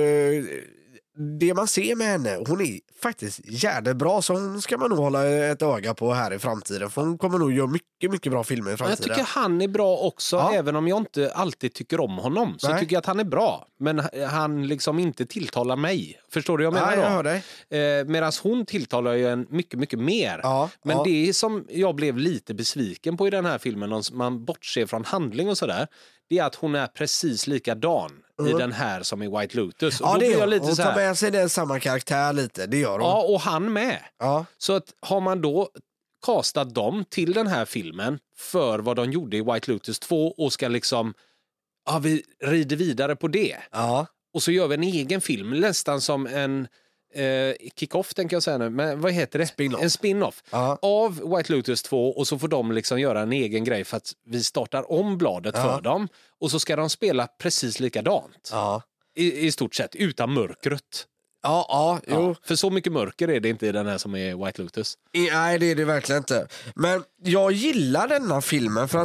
det man ser med henne, hon är faktiskt jävligt bra, så hon ska man nog hålla ett öga på här i framtiden, för hon kommer nog göra mycket, mycket bra filmer i Jag framtiden. tycker han är bra också, Ja. även om jag inte alltid tycker om honom. Så Nej. tycker jag att han är bra, men han liksom inte tilltalar mig. Förstår du vad jag menar Ja, då? jag hör dig. Eh, Medan hon tilltalar ju en mycket, mycket mer. Ja, Men ja. det som jag blev lite besviken på i den här filmen, om man bortser från handling och sådär, det är att hon är precis likadan i den här som i White Lotus. Och Ja, då det blir är jag hon. lite Hon så tar här, med sig den samma karaktär lite, det gör hon. ja, och han med. Ja. Så att har man då castat dem till den här filmen för vad de gjorde i White Lotus två och ska liksom, ja, vi rider vidare på det. Ja. Och så gör vi en egen film, nästan som en eh, kick-off tänker jag säga nu, men vad heter det? Spin-off. En spin-off Ja. av White Lotus två, och så får de liksom göra en egen grej för att vi startar om bladet Ja. för dem. Och så ska de spela precis likadant. Ja. I, I stort sett, utan mörkret. Ja, ja, jo. Ja, för så mycket mörker är det inte i den här som är White Lotus. I, nej, det är det verkligen inte. Men jag gillar denna filmen för att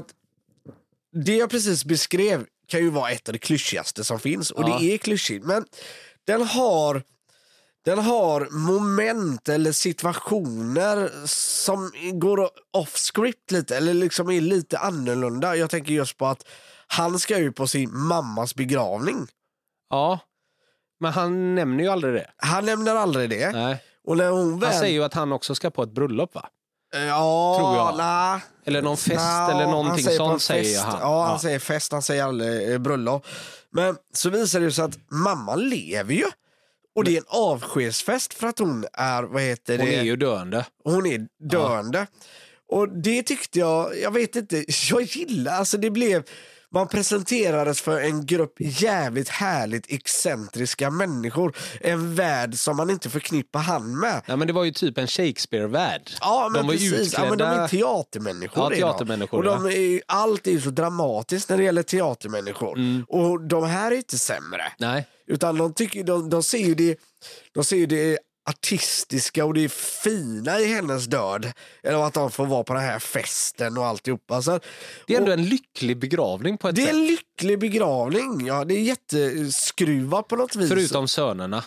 det jag precis beskrev kan ju vara ett av det klyschigaste som finns. Och Ja. det är klyschigt. Men den har, den har moment eller situationer som går off script lite. Eller liksom är lite annorlunda. Jag tänker just på att han ska ju på sin mammas begravning. Ja, men han nämner ju aldrig det. Han nämner aldrig det. Nej. Och när hon väl... Han säger ju att han också ska på ett bröllop, va? Ja, Tror jag. nah. Eller någon fest Nå, eller han någonting säger på en sånt säger fest. han. Ja, han Ja. säger fest, han säger aldrig eh, bröllop. Men så visar det ju sig att mamman lever ju. Och det är en avskedsfest för att hon är, vad heter det? Hon är ju döende. Hon är döende. Och det tyckte jag, jag vet inte, jag gillar, alltså det blev, man presenterades för en grupp jävligt härligt excentriska människor. En värld som man inte förknippar han med. Ja, men det var ju typ en Shakespeare-värld. Ja, men de var ju precis. Ja, men de är teatermänniskor. Ja, är de. teatermänniskor, Och de är ju, allt är ju så dramatiskt när det gäller teatermänniskor. Mm. Och de här är inte sämre. Nej. Utan de, tycker, de, de ser ju det, de ser ju det artistiska och det fina i hennes död. Eller att de får vara på den här festen och alltihopa. Så, Det är ändå och en lycklig begravning på ett det är sätt. en lycklig begravning. Ja, det är jätteskruvat på något vis. Förutom sönerna.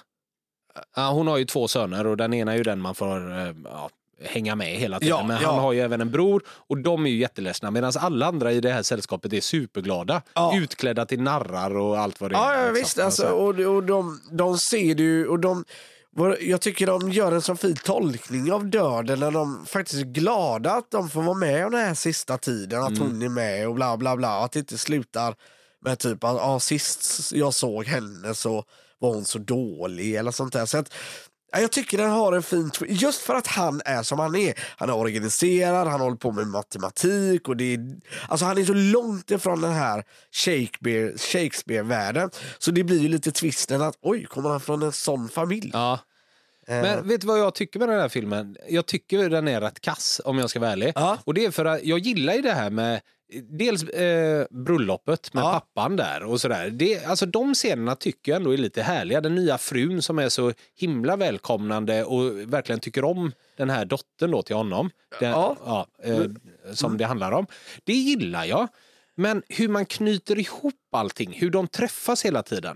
Ja, hon har ju två söner och den ena är ju den man får eh, ja, hänga med hela tiden. Ja, men ja. han har ju även en bror och de är ju jätteledsna. Medan alla andra i det här sällskapet är superglada. Ja. Utklädda till narrar och allt vad det Ja, är. ja liksom. visst. Alltså, och och de, de ser det ju. Och de, jag tycker de gör en så fin tolkning av döden när de faktiskt är glada att de får vara med om den här sista tiden. Att Mm. hon är med och bla bla bla. Att det inte slutar med typ att ah, sist jag såg henne så var hon så dålig eller sånt där. Så att, ja, jag tycker den har en fin tw- just för att han är som han är. Han är organiserad, han håller på med matematik och det är, alltså han är så långt ifrån den här Shakespeare, Shakespeare-världen. Så det blir ju lite twisten att oj, kommer han från en sån familj? Ja. Eh, Men vet du vad jag tycker med den här filmen? Jag tycker den är rätt kass, om jag ska vara ärlig. Ja. Och det är för att jag gillar ju det här med dels eh, bröllopet med Ja. pappan där och sådär. Det, alltså de scenerna tycker jag ändå är lite härliga. Den nya frun som är så himla välkomnande och verkligen tycker om den här dottern då till honom. Den, Ja. ja, eh, som det handlar om. Det gillar jag. Men hur man knyter ihop allting, hur de träffas hela tiden,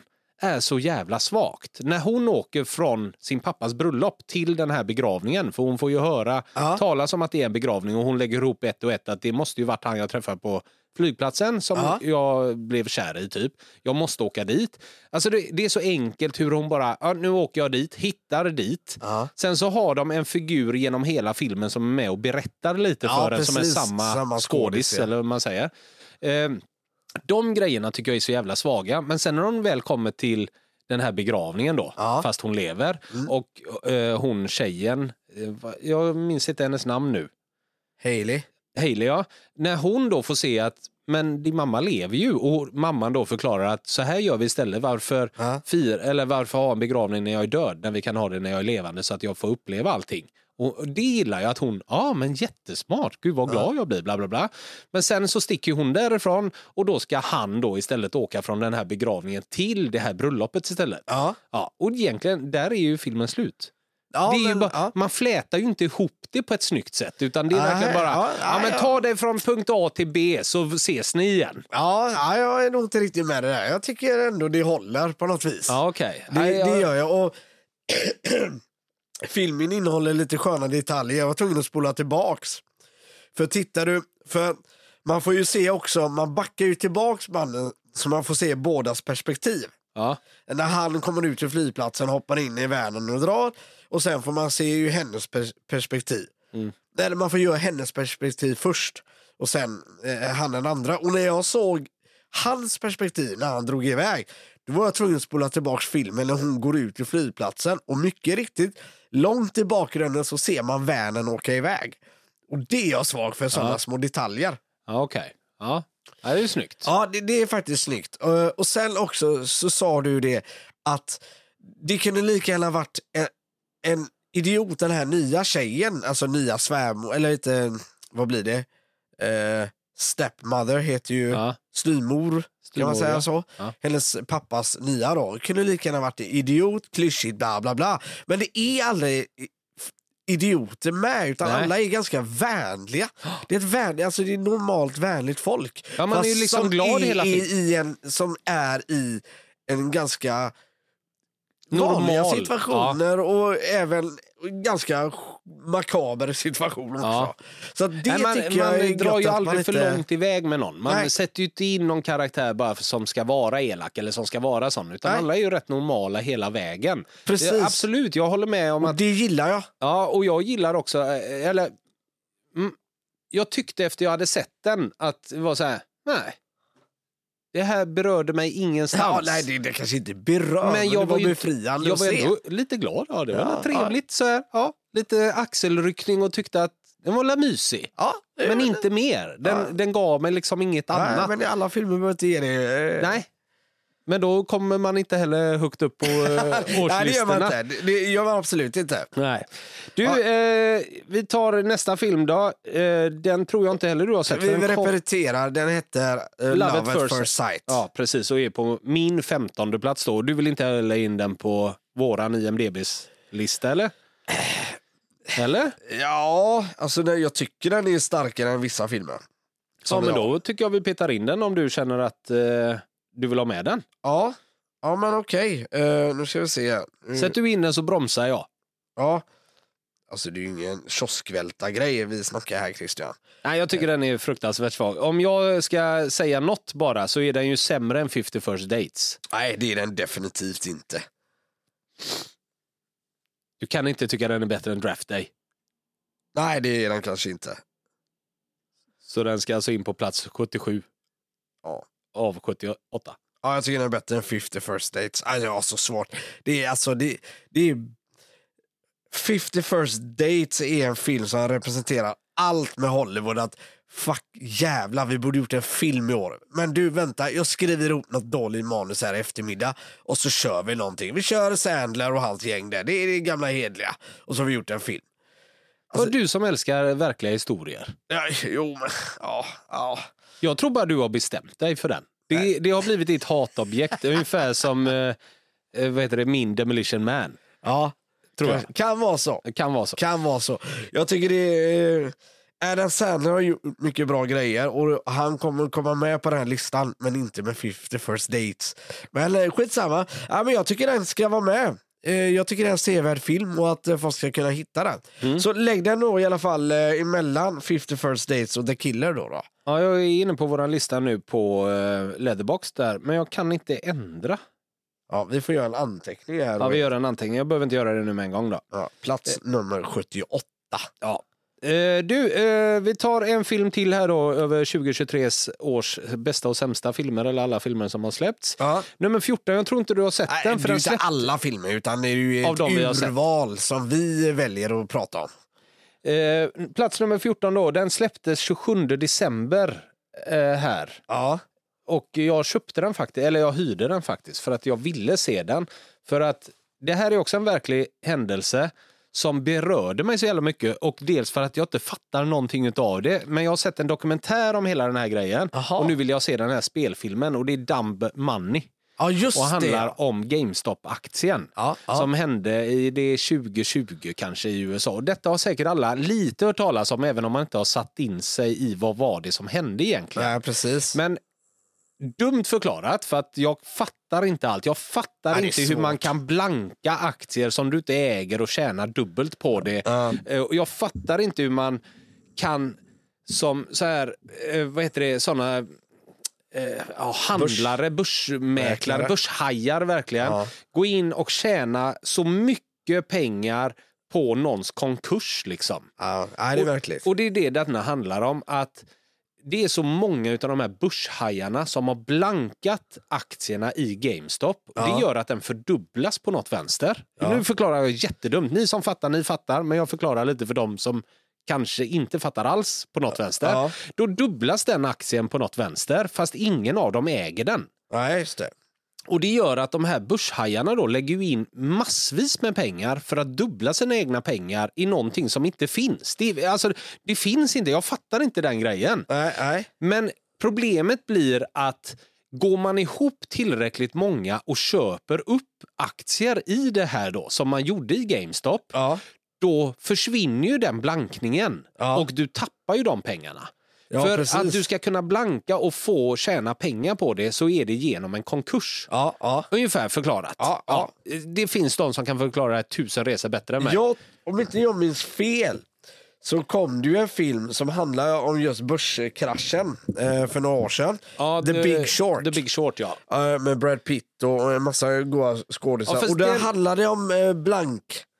är så jävla svagt. När hon åker från sin pappas bröllop till den här begravningen, för hon får ju höra Ja. talas om att det är en begravning och hon lägger ihop ett och ett att det måste ju varit han jag träffade på flygplatsen som Ja. jag blev kär i typ. Jag måste åka dit. Alltså det, det är så enkelt hur hon bara, ja, nu åker jag dit, hittar dit. Ja. Sen så har de en figur genom hela filmen som är med och berättar lite Ja, för en som är precis. samma, Samma skådis skådis, ja. eller vad man säger. Eh, de grejerna tycker jag är så jävla svaga. Men sen när de väl kommer till den här begravningen då, Ja. fast hon lever Mm. och eh, hon tjejen, eh, va- jag minns inte hennes namn nu. Hailey. Hailey, ja. När hon då får se att men din mamma lever ju och mamman då förklarar att så här gör vi istället. Varför, Ja. fir, eller varför ha en begravning när jag är död när vi kan ha det när jag är levande så att jag får uppleva allting. Och det gillar jag att hon, ja ah, men jättesmart, gud vad glad jag blir, bla bla bla. Men sen så sticker hon därifrån och då ska han då istället åka från den här begravningen till det här bröllopet istället. Ja. Ja, och egentligen, där är ju filmen slut. Ja, det är ju men, bara, ja. Man flätar ju inte ihop det på ett snyggt sätt utan det är Nej, verkligen bara, ja, ja, men ja. ta det från punkt A till B så ses ni igen. Ja, ja, jag är nog inte riktigt med det där. Jag tycker ändå det håller på något vis. Ja, okej. Det, Nej, jag- det gör jag. Och filmen innehåller lite sköna detaljer. Jag var tvungen att spola tillbaks. För tittar du, för man får ju se också, man backar ju tillbaks mannen så man får se bådas perspektiv. Ja, När han kommer ut till flygplatsen, hoppar in i världen och drar. Och sen får man se ju hennes pers- perspektiv. Mm. Eller man får göra hennes perspektiv först. Och sen eh, han den andra. Och när jag såg hans perspektiv när han drog iväg, då var jag tvungen att spola tillbaks filmen när hon går ut till flygplatsen. Och mycket riktigt, långt i bakgrunden så ser man värnen åka iväg. Och det är jag svag för, sådana Ja. små detaljer. ja okej. Ja. Ja, det är ju snyggt. Ja, det, det är faktiskt snyggt. Uh, och sen också så sa du det att det kunde lika gärna varit en, en idiot, den här nya tjejen, alltså nya svärmor, eller lite, vad blir det? Uh, stepmother heter ju Ja. styvmor, kan Styvmor, man säga ja. så? Ja. Hennes pappas nya då. Kunde lika gärna varit idiot, klyschigt, bla bla bla. Men det är aldrig i- idioter med, utan Nej. alla är ganska vänliga. Det är ett vänligt, alltså det är normalt vänligt folk. Ja, man är ju Fast liksom som glad är, hela i, tiden. i en, som är i en ganska Normal. vanliga situationer och även ganska makaber situation också. Ja. Så att det Nej, man tycker jag man är drar gott ju att aldrig man för inte... långt iväg med någon. Man Nej. sätter ju inte in någon karaktär bara för, som ska vara elak eller som ska vara sån. Utan Nej. alla är ju rätt normala hela vägen. Precis. Ja, absolut, jag håller med om Och att... det gillar jag. Ja, och jag gillar också... eh, Eller, mm, jag tyckte efter jag hade sett den att det var så här... Nej. Det här berörde mig ingenstans. Ja, nej, det, det kanske inte berör, men jag det var ju- befriande Jag att var se. ändå lite glad av det. Det var Ja, trevligt så här. Ja, lite axelryckning och tyckte att den var la mysig. Ja, det- Men inte mer. Den, Ja. den gav mig liksom inget Nej, annat. men i alla filmer behöver inte ge det. Nej. Men då kommer man inte heller högt upp på eh, årslistorna. Nej, det gör man inte. Det, det gör man absolut inte. Nej. Du, Ja. eh, vi tar nästa film då. Eh, den tror jag inte heller du har sett. Vi för den kom- repeterar, den heter uh, Love, at First, first Sight. Ja, precis. Och är på min femtonde plats då. Du vill inte heller in den på våran I M D B:s lista, eller? Eller? Ja, alltså det- jag tycker den är starkare än vissa filmer. Ja, Som men jag- då tycker jag vi petar in den om du känner att eh, du vill ha med den. Ja, ja men okej. Eh, nu ska vi se. Mm. Sätter du in den så bromsar jag. Ja. Alltså det är ju ingen kioskvälta grej vi snackar här, Christian. Nej, jag tycker den är fruktansvärt svag. Om jag ska säga något bara så är den ju sämre än fifty First Dates. Nej, det är den definitivt inte. Du kan inte tycka den är bättre än Draft Day. Nej, det är den kanske inte. Så den ska alltså in på plats sjuttiosju Ja. av sjuttioåtta. Ja, jag tycker den är bättre än fifty First Dates. Alltså, jag har så svårt. Det är alltså, det, det är... fifty First Dates är en film som representerar allt med Hollywood. Att fuck jävlar, vi borde gjort en film i år. Men du, vänta, jag skriver ihop något dåligt manus här i eftermiddag och så kör vi någonting. Vi kör Sandler och hans gäng där. Det är det gamla hedliga. Och så har vi gjort en film. Och du som älskar verkliga historier. Ja, jo, men... Ja, ja. Jag tror bara du har bestämt dig för den. Det, det har blivit ditt hatobjekt. Ungefär som eh, eh, vad heter det, min Demolition Man. Ja, Tror jag. kan, kan vara så. Det kan vara så. Kan vara så. Jag tycker det är Adam Sandler har gjort mycket bra grejer och han kommer komma med på den här listan, men inte med fifty First Dates. Men eh, skitsamma. Ja, men jag tycker den ska vara med. Eh, jag tycker det är en sevärd film och att eh, folk ska kunna hitta den. Mm. Så lägg den då i alla fall eh, emellan fifty First Dates och The Killer då då. Ja, jag är inne på våran lista nu på eh, Letterboxd där, men jag kan inte ändra. Ja, vi får göra en anteckning här. Ja, vi gör en anteckning. Jag behöver inte göra det nu med en gång då. Ja, plats eh. nummer sjuttioåtta. Ja. Uh, du, uh, vi tar en film till här då över tjugo tjugotres års bästa och sämsta filmer, eller alla filmer som har släppts. Ja. Nummer fjorton, jag tror inte du har sett Nej, den. För det är den inte släppt... alla filmer, utan det är ju av ett dem urval som vi väljer att prata om. Uh, plats nummer fjorton då, den släpptes tjugosjunde december uh, här. Ja. Och jag köpte den faktiskt, eller jag hyrde den faktiskt, för att jag ville se den. För att det här är också en verklig händelse som berörde mig så jävla mycket, och dels för att jag inte fattar någonting av det. Men jag har sett en dokumentär om hela den här grejen. Aha. Och nu vill jag se den här spelfilmen, och det är Dumb Money. Ja, just och handlar det. om GameStop-aktien ja, ja. som hände i det tjugo tjugo kanske i U S A. Och detta har säkert alla lite hört talas om, även om man inte har satt in sig i vad var det som hände egentligen. Ja, precis. Men dumt förklarat, för att jag fattar inte allt. Jag fattar ja, inte hur man kan blanka aktier som du inte äger och tjäna dubbelt på det. Uh. Och jag fattar inte hur man kan som så här, vad heter det, såna eh, handlare, Börs. börsmäklare, börshajar verkligen, uh. gå in och tjäna så mycket pengar på någons konkurs liksom. Ja, det är verkligen. Och, och det är det denna handlar om, att det är så många av de här börshajarna som har blankat aktierna i GameStop. Ja. Det gör att den fördubblas på något vänster. Ja. Nu förklarar jag jättedumt. Ni som fattar, ni fattar. Men jag förklarar lite för dem som kanske inte fattar alls på något vänster. Ja. Då dubblas den aktien på något vänster, fast ingen av dem äger den. Ja, just det. Och det gör att de här börshajarna då lägger in massvis med pengar för att dubbla sina egna pengar i någonting som inte finns. Det, alltså, det finns inte, jag fattar inte den grejen. Nej, nej. Men problemet blir att går man ihop tillräckligt många och köper upp aktier i det här då, som man gjorde i GameStop, ja. då försvinner ju den blankningen, ja. Och du tappar ju de pengarga. Ja, för precis. Att du ska kunna blanka och få tjäna pengar på det, så är det genom en konkurs. Ja, ja. Ungefär förklarat. Ja, ja. Ja, det finns de som kan förklara det här tusen resor bättre än mig. Ja, om inte jag minns fel så kom det ju en film som handlar om just börskraschen eh, för några år sedan. Ja, The, the Big Short. The Big Short, ja. Eh, med Brad Pitt och en massa goda skådisar. Ja, och det, det handlade om eh, blank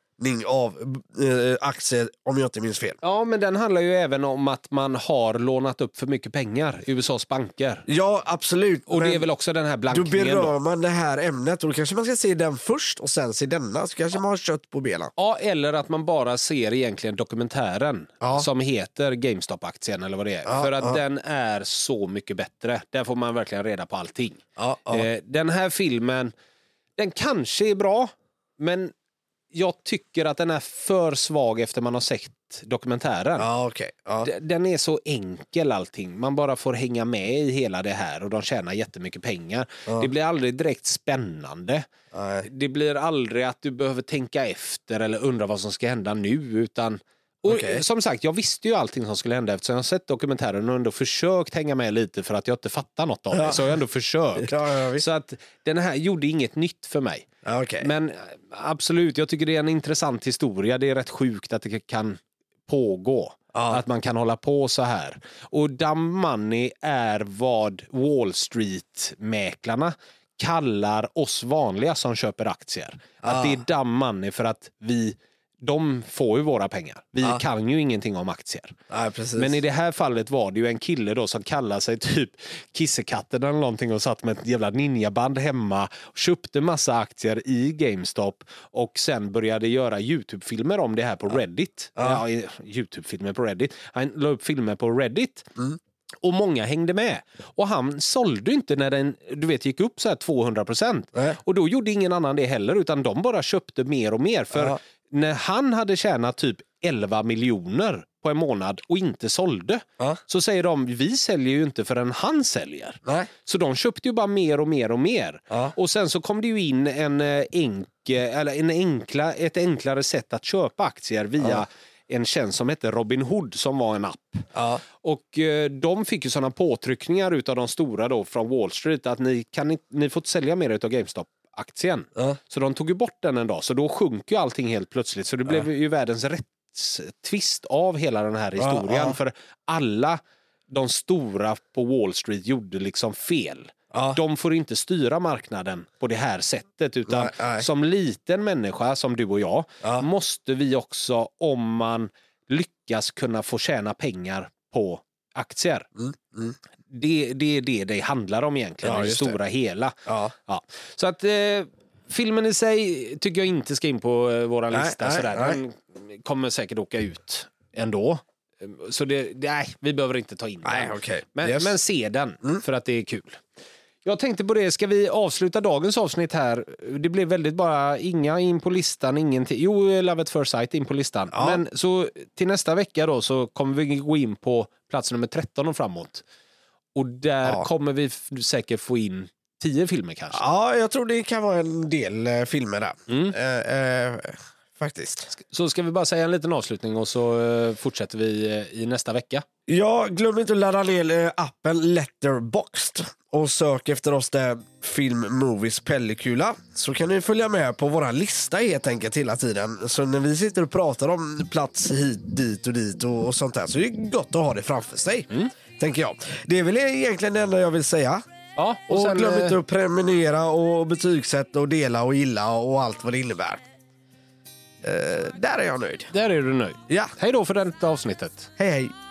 av eh, aktier, om jag inte minns fel. Ja, men den handlar ju även om att man har lånat upp för mycket pengar i U S A:s banker. Ja, absolut. Och det är väl också den här blankningen. Då berör man det här ämnet, och då kanske man ska se den först och sen se denna, så kanske man har kött på benen. Ja, eller att man bara ser egentligen dokumentären, ja. Som heter GameStop-aktien eller vad det är. Ja, för att ja. Den är så mycket bättre. Där får man verkligen reda på allting. Ja, ja. Eh, den här filmen, den kanske är bra, men jag tycker att den är för svag efter man har sett dokumentären. Ja, okay. Ja. Den är så enkel allting. Man bara får hänga med i hela det här, och de tjänar jättemycket pengar. Ja. Det blir aldrig direkt spännande. Nej. Det blir aldrig att du behöver tänka efter eller undra vad som ska hända nu, utan och okay. Som sagt, jag visste ju allting som skulle hända eftersom jag har sett dokumentären och ändå försökt hänga med lite, för att jag inte fattar något av det. Ja. Så jag har ändå försökt. Ja, ja, så att den här gjorde inget nytt för mig. Ja, okay. Men absolut, jag tycker det är en intressant historia. Det är rätt sjukt att det kan pågå. Ja. Att man kan hålla på så här. Och Dumb Money är vad Wall Street-mäklarna kallar oss vanliga som köper aktier. Ja. Att det är Dumb Money för att vi... De får ju våra pengar. Vi ja. Kan ju ingenting om aktier. Ja, precis. Men i det här fallet var det ju en kille då som kallar sig typ Kissekatten eller någonting, och satt med ett jävla ninjaband hemma och köpte massa aktier i GameStop, och sen började göra YouTube-filmer om det här på Reddit. Ja. Ja, YouTube-filmer på Reddit. Han la upp filmer på Reddit. Mm. Och många hängde med. Och han sålde inte när den, du vet, gick upp så här tvåhundra procent. Nej. Och då gjorde ingen annan det heller, utan de bara köpte mer och mer. För ja. När han hade tjänat typ elva miljoner på en månad och inte sålde, ja. Så säger de, vi säljer ju inte förrän han säljer. Nej. Så de köpte ju bara mer och mer och mer. Ja. Och sen så kom det ju in en, enk, eller en enkla, ett enklare sätt att köpa aktier via ja. en tjänst som hette Robinhood som var en app. Ja. Och eh, de fick ju sådana påtryckningar utav de stora då från Wall Street att ni, kan ni, ni får inte sälja mer utav GameStop-aktien. Ja. Så de tog ju bort den en dag, så då sjönk ju allting helt plötsligt. Så det blev ju världens rättstvist av hela den här historien. Ja, ja. För alla de stora på Wall Street gjorde liksom fel. Ja. De får inte styra marknaden på det här sättet, utan Nej, nej. som liten människa som du och jag Ja. måste vi också, om man lyckas kunna få tjäna pengar på aktier. Mm, mm. Det, det är det det handlar om egentligen, Ja, i det just stora det. hela. Ja. Ja. Så att eh, filmen i sig tycker jag inte ska in på eh, våran Nej, lista. nej, Sådär. nej. Den kommer säkert åka ut ändå. Så det, det, nej, vi behöver inte ta in Nej, den. okej. Men, Yes. men se den, för att det är kul. Jag tänkte på det, ska vi avsluta dagens avsnitt här? Det blev väldigt bara, inga in på listan, ingenting. Jo, Love at First Sight in på listan. Ja. Men så till nästa vecka då så kommer vi gå in på plats nummer tretton och framåt. Och där Ja. kommer vi f- säkert få in tio filmer kanske. Ja, jag tror det kan vara en del eh, filmer där. Mm. Eh, eh, faktiskt. Så ska vi bara säga en liten avslutning och så eh, fortsätter vi eh, i nästa vecka. Ja, glöm inte att ladda ner eh, appen Letterboxd och sök efter oss där Film Movies Pellikula, så kan ni följa med på våran lista helt enkelt hela tiden. Så när vi sitter och pratar om plats hit, dit och dit och, och sånt där, så är det gott att ha det framför sig, Mm. tänker jag. Det är väl egentligen det enda jag vill säga. Ja, Och, sen, glöm eh, inte att prenumerera och betygsätta och dela och gilla och allt vad det innebär. Eh, där är jag nöjd. Där är du nöjd. Ja, Hej då för detta avsnittet. hej hej.